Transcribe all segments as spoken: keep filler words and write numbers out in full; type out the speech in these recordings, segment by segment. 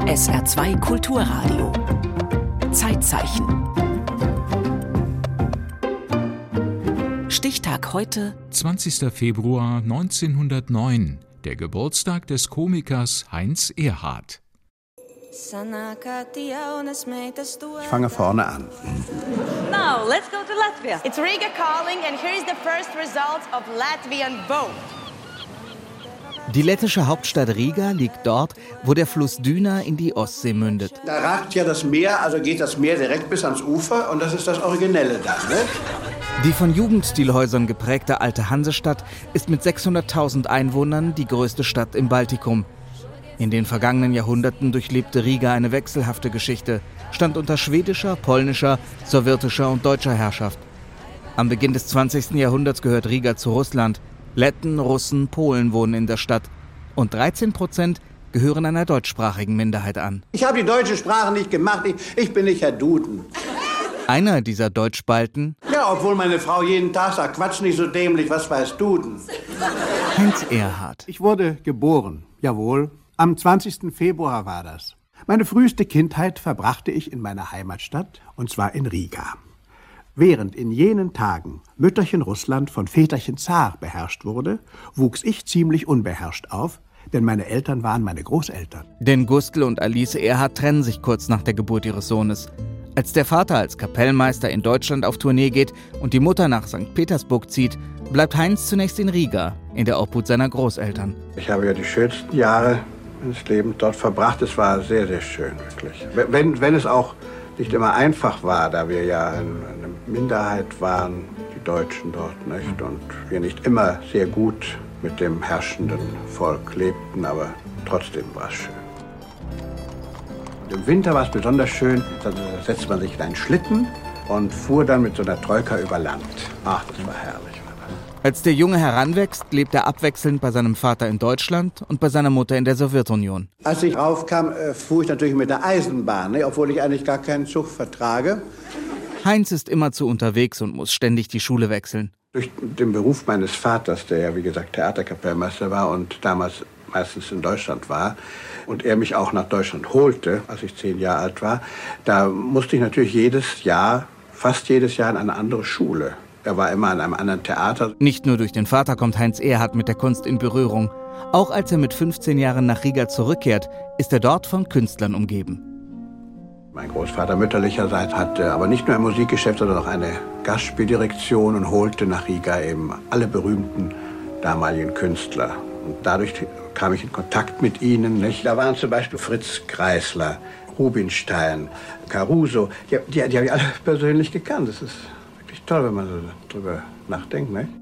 S R zwei Kulturradio. Zeitzeichen. Stichtag heute, zwanzigster Februar neunzehnhundertneun, der Geburtstag des Komikers Heinz Erhardt. Ich fange vorne an. Now, let's go to Latvia. It's Riga calling and here is the first result of Latvian vote. Die lettische Hauptstadt Riga liegt dort, wo der Fluss Düna in die Ostsee mündet. Da ragt ja das Meer, also geht das Meer direkt bis ans Ufer und das ist das Originelle dann, ne? Die von Jugendstilhäusern geprägte alte Hansestadt ist mit sechshunderttausend Einwohnern die größte Stadt im Baltikum. In den vergangenen Jahrhunderten durchlebte Riga eine wechselhafte Geschichte, stand unter schwedischer, polnischer, sowjetischer und deutscher Herrschaft. Am Beginn des zwanzigsten Jahrhunderts gehört Riga zu Russland. Letten, Russen, Polen wohnen in der Stadt und dreizehn Prozent gehören einer deutschsprachigen Minderheit an. Ich habe die deutsche Sprache nicht gemacht, ich, ich bin nicht Herr Duden. Einer dieser Deutschbalten? Ja, obwohl meine Frau jeden Tag sagt, Quatsch nicht so dämlich, was weiß Duden? Heinz Erhardt. Ich wurde geboren, jawohl, am zwanzigsten Februar war das. Meine früheste Kindheit verbrachte ich in meiner Heimatstadt, und zwar in Riga. Während in jenen Tagen Mütterchen Russland von Väterchen Zar beherrscht wurde, wuchs ich ziemlich unbeherrscht auf, denn meine Eltern waren meine Großeltern. Denn Gustl und Alice Erhardt trennen sich kurz nach der Geburt ihres Sohnes. Als der Vater als Kapellmeister in Deutschland auf Tournee geht und die Mutter nach Sankt Petersburg zieht, bleibt Heinz zunächst in Riga, in der Obhut seiner Großeltern. Ich habe ja die schönsten Jahre meines Lebens dort verbracht. Es war sehr, sehr schön, wirklich. Wenn, wenn es auch nicht immer einfach war, da wir ja eine Minderheit waren, die Deutschen dort, nicht? Und wir nicht immer sehr gut mit dem herrschenden Volk lebten, aber trotzdem war es schön. Und im Winter war es besonders schön, da setzte man sich in einen Schlitten und fuhr dann mit so einer Troika über Land. Ach, das war herrlich. Als der Junge heranwächst, lebt er abwechselnd bei seinem Vater in Deutschland und bei seiner Mutter in der Sowjetunion. Als ich raufkam, fuhr ich natürlich mit der Eisenbahn, ne? Obwohl ich eigentlich gar keinen Zug vertrage. Heinz ist immerzu unterwegs und muss ständig die Schule wechseln. Durch den Beruf meines Vaters, der ja wie gesagt Theaterkapellmeister war und damals meistens in Deutschland war, und er mich auch nach Deutschland holte, als ich zehn Jahre alt war, da musste ich natürlich jedes Jahr, fast jedes Jahr in eine andere Schule. Er war immer an einem anderen Theater. Nicht nur durch den Vater kommt Heinz Erhardt mit der Kunst in Berührung. Auch als er mit fünfzehn Jahren nach Riga zurückkehrt, ist er dort von Künstlern umgeben. Mein Großvater mütterlicherseits hatte aber nicht nur ein Musikgeschäft, sondern auch eine Gastspieldirektion und holte nach Riga eben alle berühmten damaligen Künstler. Und dadurch kam ich in Kontakt mit ihnen. Nicht? Da waren zum Beispiel Fritz Kreisler, Rubinstein, Caruso. Die, die, die habe ich alle persönlich gekannt. Das ist wirklich toll, wenn man so drüber nachdenkt. Ne?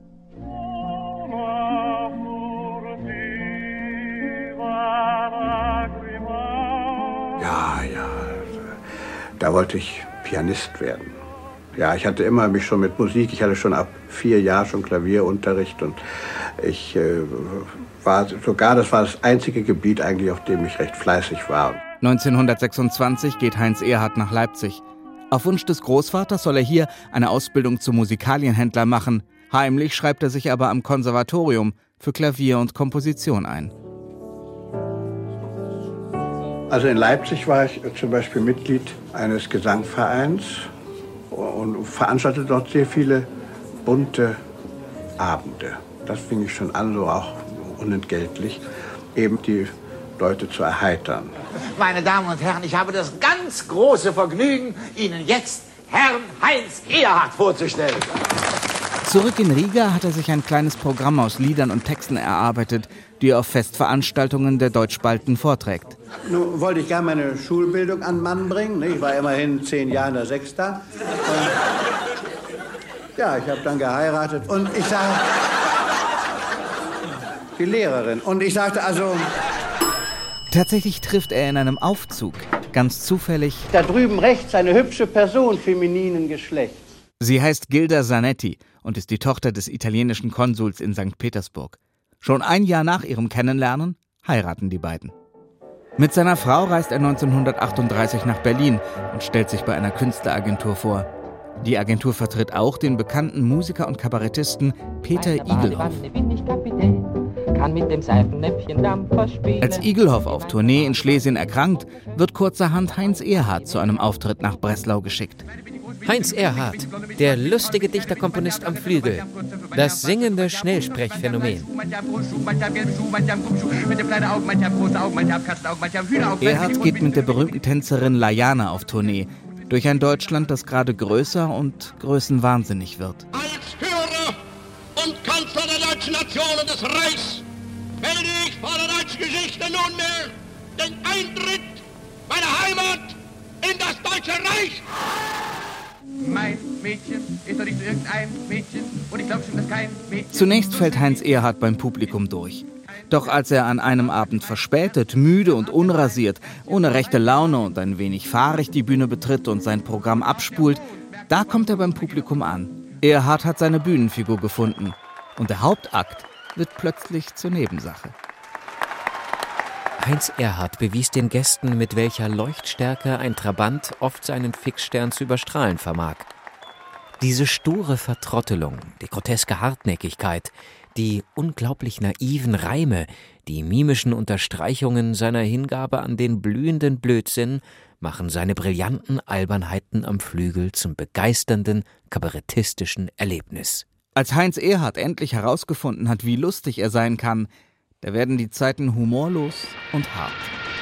Ja, ja. Da wollte ich Pianist werden. Ja, ich hatte immer mich schon mit Musik, ich hatte schon ab vier Jahren schon Klavierunterricht und ich äh, war sogar, das war das einzige Gebiet eigentlich, auf dem ich recht fleißig war. neunzehnhundertsechsundzwanzig geht Heinz Erhardt nach Leipzig. Auf Wunsch des Großvaters soll er hier eine Ausbildung zum Musikalienhändler machen. Heimlich schreibt er sich aber am Konservatorium für Klavier und Komposition ein. Also in Leipzig war ich zum Beispiel Mitglied eines Gesangvereins und veranstaltete dort sehr viele bunte Abende. Das fing ich schon an, so auch unentgeltlich, eben die Leute zu erheitern. Meine Damen und Herren, ich habe das ganz große Vergnügen, Ihnen jetzt Herrn Heinz Erhardt vorzustellen. Zurück in Riga hat er sich ein kleines Programm aus Liedern und Texten erarbeitet, die er auf Festveranstaltungen der Deutschbalten vorträgt. Nun wollte ich gerne meine Schulbildung an den Mann bringen. Ich war immerhin zehn Jahre in der Sechster. Und ja, ich habe dann geheiratet. Und ich sage, die Lehrerin. Und ich sagte also... Tatsächlich trifft er in einem Aufzug, ganz zufällig... Da drüben rechts eine hübsche Person femininen Geschlechts. Sie heißt Gilda Zanetti und ist die Tochter des italienischen Konsuls in Sankt Petersburg. Schon ein Jahr nach ihrem Kennenlernen heiraten die beiden. Mit seiner Frau reist er neunzehnhundertachtunddreißig nach Berlin und stellt sich bei einer Künstleragentur vor. Die Agentur vertritt auch den bekannten Musiker und Kabarettisten Peter Igelhoff. kann mit dem Seifennäpfchen Dampfer spielen. Als Igelhoff auf Tournee in Schlesien erkrankt, wird kurzerhand Heinz Erhardt zu einem Auftritt nach Breslau geschickt. Heinz Erhardt, der lustige Dichterkomponist am Flügel, das singende Schnellsprechphänomen. Erhardt geht mit der berühmten Tänzerin Lajana auf Tournee, durch ein Deutschland, das gerade größer und größenwahnsinnig wird. Als Führer und Kanzler der deutschen Nation und des Reichs melde ich vor der deutschen Geschichte nunmehr den Eintritt meiner Heimat in das Deutsche Reich. Mein Mädchen ist doch nicht irgendein Mädchen und ich glaube schon, dass kein Mädchen... Zunächst fällt Heinz Erhardt beim Publikum durch. Doch als er an einem Abend verspätet, müde und unrasiert, ohne rechte Laune und ein wenig fahrig die Bühne betritt und sein Programm abspult, da kommt er beim Publikum an. Erhardt hat seine Bühnenfigur gefunden und der Hauptakt wird plötzlich zur Nebensache. Heinz Erhardt bewies den Gästen, mit welcher Leuchtstärke ein Trabant oft seinen Fixstern zu überstrahlen vermag. Diese sture Vertrottelung, die groteske Hartnäckigkeit, die unglaublich naiven Reime, die mimischen Unterstreichungen seiner Hingabe an den blühenden Blödsinn machen seine brillanten Albernheiten am Flügel zum begeisternden, kabarettistischen Erlebnis. Als Heinz Erhardt endlich herausgefunden hat, wie lustig er sein kann, da werden die Zeiten humorlos und hart.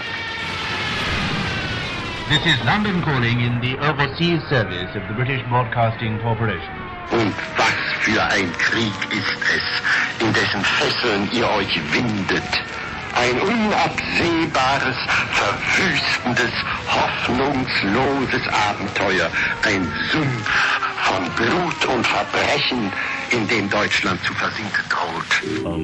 This is London calling in the overseas service of the British Broadcasting Corporation. Und was für ein Krieg ist es, in dessen Fesseln ihr euch windet. Ein unabsehbares, verwüstendes, hoffnungsloses Abenteuer. Ein Sumpf von Blut und Verbrechen, in dem Deutschland zu versinken droht.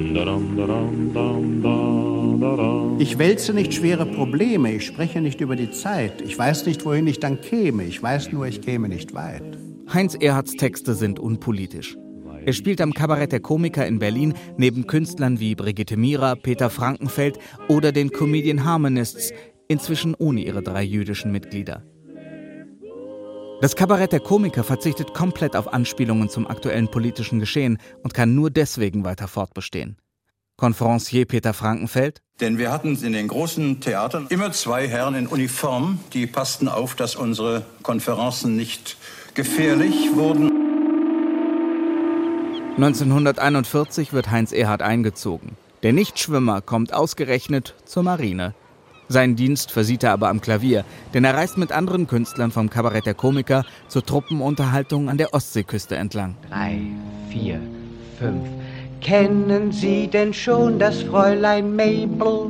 Ich wälze nicht schwere Probleme, ich spreche nicht über die Zeit. Ich weiß nicht, wohin ich dann käme, ich weiß nur, ich käme nicht weit. Heinz Erhardts Texte sind unpolitisch. Er spielt am Kabarett der Komiker in Berlin neben Künstlern wie Brigitte Mira, Peter Frankenfeld oder den Comedian Harmonists, inzwischen ohne ihre drei jüdischen Mitglieder. Das Kabarett der Komiker verzichtet komplett auf Anspielungen zum aktuellen politischen Geschehen und kann nur deswegen weiter fortbestehen. Konferencier Peter Frankenfeld: Denn wir hatten in den großen Theatern immer zwei Herren in Uniform, die passten auf, dass unsere Konferenzen nicht gefährlich wurden. neunzehnhunderteinundvierzig wird Heinz Erhardt eingezogen. Der Nichtschwimmer kommt ausgerechnet zur Marine. Seinen Dienst versieht er aber am Klavier, denn er reist mit anderen Künstlern vom Kabarett der Komiker zur Truppenunterhaltung an der Ostseeküste entlang. Drei, vier, fünf. Kennen Sie denn schon das Fräulein Mabel?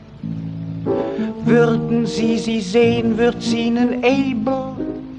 Würden Sie sie sehen, wird's Ihnen able.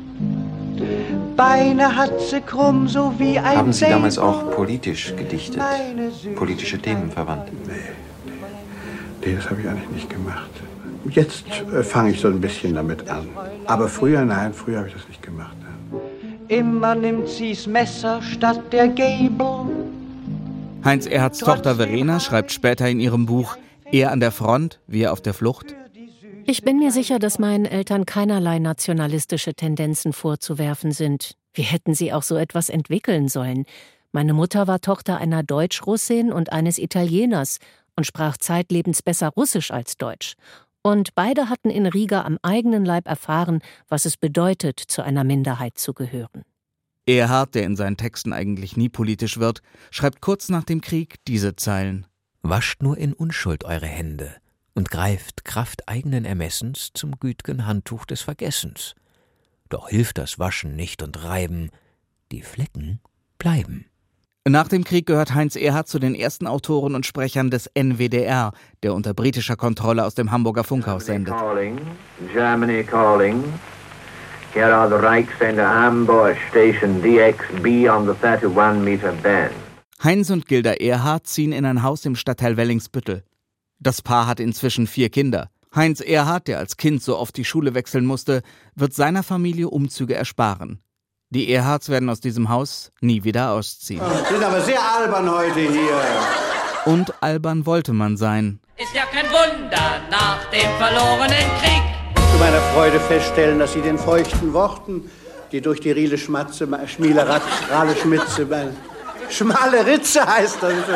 Beine hat sie krumm, so wie ein Haben Sie Säbel. damals auch politisch gedichtet? Politische Themen verwandt? Nee, nee, das habe ich eigentlich nicht gemacht. Jetzt äh, fange ich so ein bisschen damit an. Aber früher, nein, früher habe ich das nicht gemacht. Ja. Immer nimmt sie's Messer statt der Gabel. Heinz Erhardts Tochter Verena schreibt später in ihrem Buch Er an der Front, wir auf der Flucht: Ich bin mir sicher, dass meinen Eltern keinerlei nationalistische Tendenzen vorzuwerfen sind. Wie hätten sie auch so etwas entwickeln sollen? Meine Mutter war Tochter einer Deutsch-Russin und eines Italieners und sprach zeitlebens besser Russisch als Deutsch. Und beide hatten in Riga am eigenen Leib erfahren, was es bedeutet, zu einer Minderheit zu gehören. Erhardt, der in seinen Texten eigentlich nie politisch wird, schreibt kurz nach dem Krieg diese Zeilen: Wascht nur in Unschuld eure Hände und greift Kraft eigenen Ermessens zum güt'gen Handtuch des Vergessens. Doch hilft das Waschen nicht und Reiben, die Flecken bleiben. Nach dem Krieg gehört Heinz Erhardt zu den ersten Autoren und Sprechern des N W D R, der unter britischer Kontrolle aus dem Hamburger Funkhaus sendet. Calling, Germany calling. Here are the Reichssender Hamburg Station D X B on the thirty-one meter band. Heinz und Gilda Erhardt ziehen in ein Haus im Stadtteil Wellingsbüttel. Das Paar hat inzwischen vier Kinder. Heinz Erhardt, der als Kind so oft die Schule wechseln musste, wird seiner Familie Umzüge ersparen. Die Erhardts werden aus diesem Haus nie wieder ausziehen. Sie sind aber sehr albern heute hier. Und albern wollte man sein. Ist ja kein Wunder nach dem verlorenen Krieg. Zu meiner Freude feststellen, dass Sie den feuchten Worten, die durch die Riele Schmatze, Schmiele Ratz, Rale Schmitze, schmale Ritze heißt das,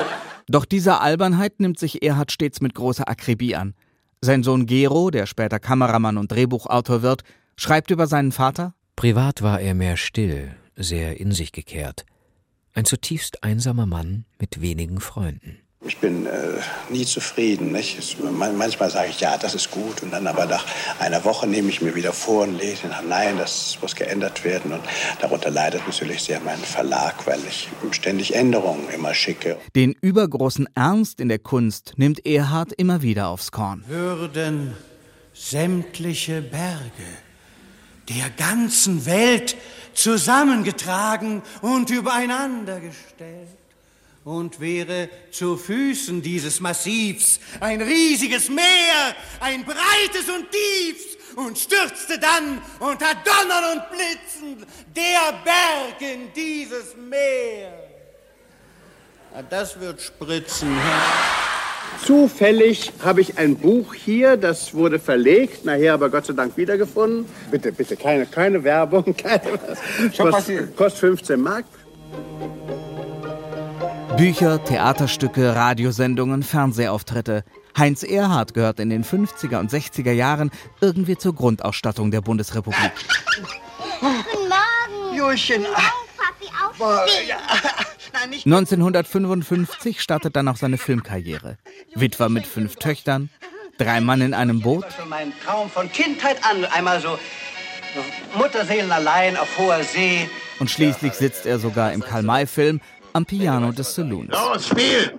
Doch dieser Albernheit nimmt sich Erhard stets mit großer Akribie an. Sein Sohn Gero, der später Kameramann und Drehbuchautor wird, schreibt über seinen Vater: Privat war er mehr still, sehr in sich gekehrt. Ein zutiefst einsamer Mann mit wenigen Freunden. Ich bin äh, nie zufrieden. Nicht? Es, manchmal sage ich, ja, das ist gut. Und dann aber nach einer Woche nehme ich mir wieder vor und lese nach, nein, das muss geändert werden. Und darunter leidet natürlich sehr mein Verlag, weil ich ständig Änderungen immer schicke. Den übergroßen Ernst in der Kunst nimmt Erhard immer wieder aufs Korn. Würden sämtliche Berge der ganzen Welt zusammengetragen und übereinander gestellt. Und wäre zu Füßen dieses Massivs ein riesiges Meer, ein breites und tiefs, und stürzte dann unter Donnern und Blitzen der Berg in dieses Meer. Na, das wird spritzen. Zufällig habe ich ein Buch hier, das wurde verlegt, nachher aber Gott sei Dank wiedergefunden. Bitte, bitte, keine, keine Werbung, keine, kostet, kostet fünfzehn Mark. Bücher, Theaterstücke, Radiosendungen, Fernsehauftritte. Heinz Erhardt gehört in den fünfziger und sechziger Jahren irgendwie zur Grundausstattung der Bundesrepublik. Guten Morgen. Jurchen. Papi, aufstehen. neunzehnhundertfünfundfünfzig startet dann auch seine Filmkarriere. Witwer mit fünf Töchtern, drei Mann in einem Boot. Mein Traum von Kindheit an, einmal so Mutterseelen allein auf hoher See. Und schließlich sitzt er sogar im Karl-May-Film am Piano des Saloons. Los, Spiel!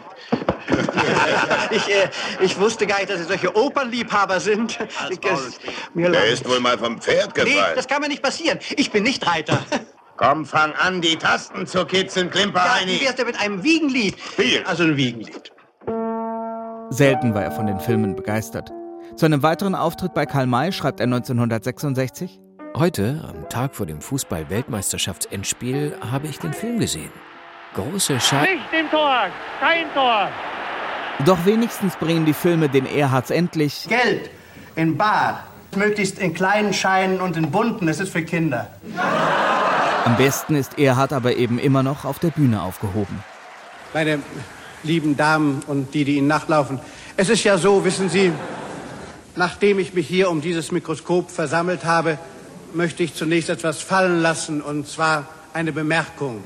ich, äh, ich wusste gar nicht, dass Sie solche Opernliebhaber sind. Ich, es, mir Der ist wohl mal vom Pferd gefallen. Nee, das kann mir nicht passieren. Ich bin nicht Reiter. Komm, fang an, die Tasten zu kitzeln, Klimper Ja, Heini. wie wär's denn mit einem Wiegenlied? Spiel. Also ein Wiegenlied. Selten war er von den Filmen begeistert. Zu einem weiteren Auftritt bei Karl May schreibt er neunzehnhundertsechsundsechzig: Heute, am Tag vor dem Fußball-Weltmeisterschaftsendspiel, habe ich den Film gesehen. Große Schei... Nicht im Tor, kein Tor. Doch wenigstens bringen die Filme den Erhards endlich Geld in bar, möglichst in kleinen Scheinen und in bunten, das ist für Kinder. Am besten ist Erhardt aber eben immer noch auf der Bühne aufgehoben. Meine lieben Damen und die, die Ihnen nachlaufen, es ist ja so, wissen Sie, nachdem ich mich hier um dieses Mikroskop versammelt habe, möchte ich zunächst etwas fallen lassen, und zwar eine Bemerkung.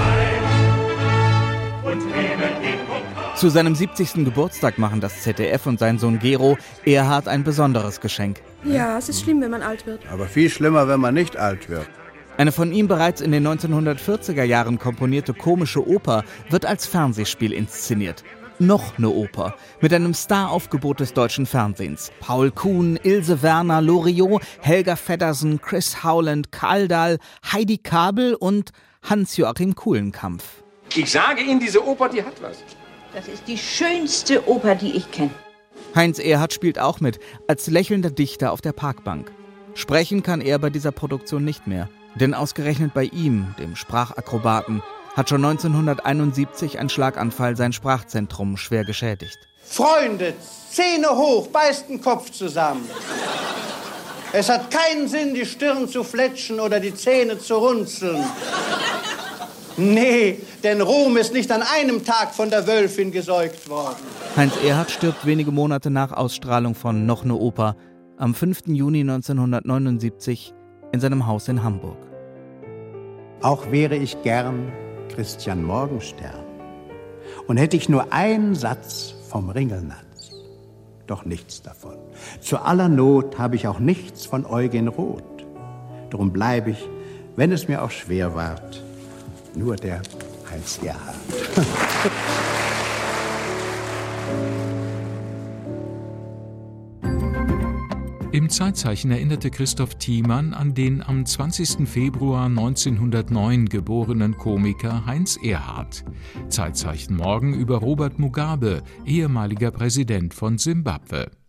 Zu seinem siebzigsten Geburtstag machen das Z D F und sein Sohn Gero Erhardt ein besonderes Geschenk. Ja, es ist schlimm, wenn man alt wird. Aber viel schlimmer, wenn man nicht alt wird. Eine von ihm bereits in den neunzehnhundertvierziger Jahren komponierte komische Oper wird als Fernsehspiel inszeniert. Noch eine Oper mit einem Staraufgebot des deutschen Fernsehens. Paul Kuhn, Ilse Werner, Loriot, Helga Feddersen, Chris Howland, Karl Dahl, Heidi Kabel und Hans-Joachim Kulenkampff. Ich sage Ihnen, diese Oper, die hat was. Das ist die schönste Oper, die ich kenne. Heinz Erhardt spielt auch mit, als lächelnder Dichter auf der Parkbank. Sprechen kann er bei dieser Produktion nicht mehr. Denn ausgerechnet bei ihm, dem Sprachakrobaten, hat schon neunzehnhunderteinundsiebzig ein Schlaganfall sein Sprachzentrum schwer geschädigt. Freunde, Zähne hoch, beißt den Kopf zusammen. Es hat keinen Sinn, die Stirn zu fletschen oder die Zähne zu runzeln. Nee, denn Rom ist nicht an einem Tag von der Wölfin gesäugt worden. Heinz Erhardt stirbt wenige Monate nach Ausstrahlung von Noch ne Oper am fünften Juni neunzehnhundertneunundsiebzig in seinem Haus in Hamburg. Auch wäre ich gern Christian Morgenstern und hätte ich nur einen Satz vom Ringelnatz. Doch nichts davon. Zu aller Not habe ich auch nichts von Eugen Roth. Drum bleibe ich, wenn es mir auch schwer ward, nur der Heinz Erhardt. Im Zeitzeichen erinnerte Christoph Thiemann an den am zwanzigsten Februar neunzehnhundertneun geborenen Komiker Heinz Erhardt. Zeitzeichen morgen über Robert Mugabe, ehemaliger Präsident von Simbabwe.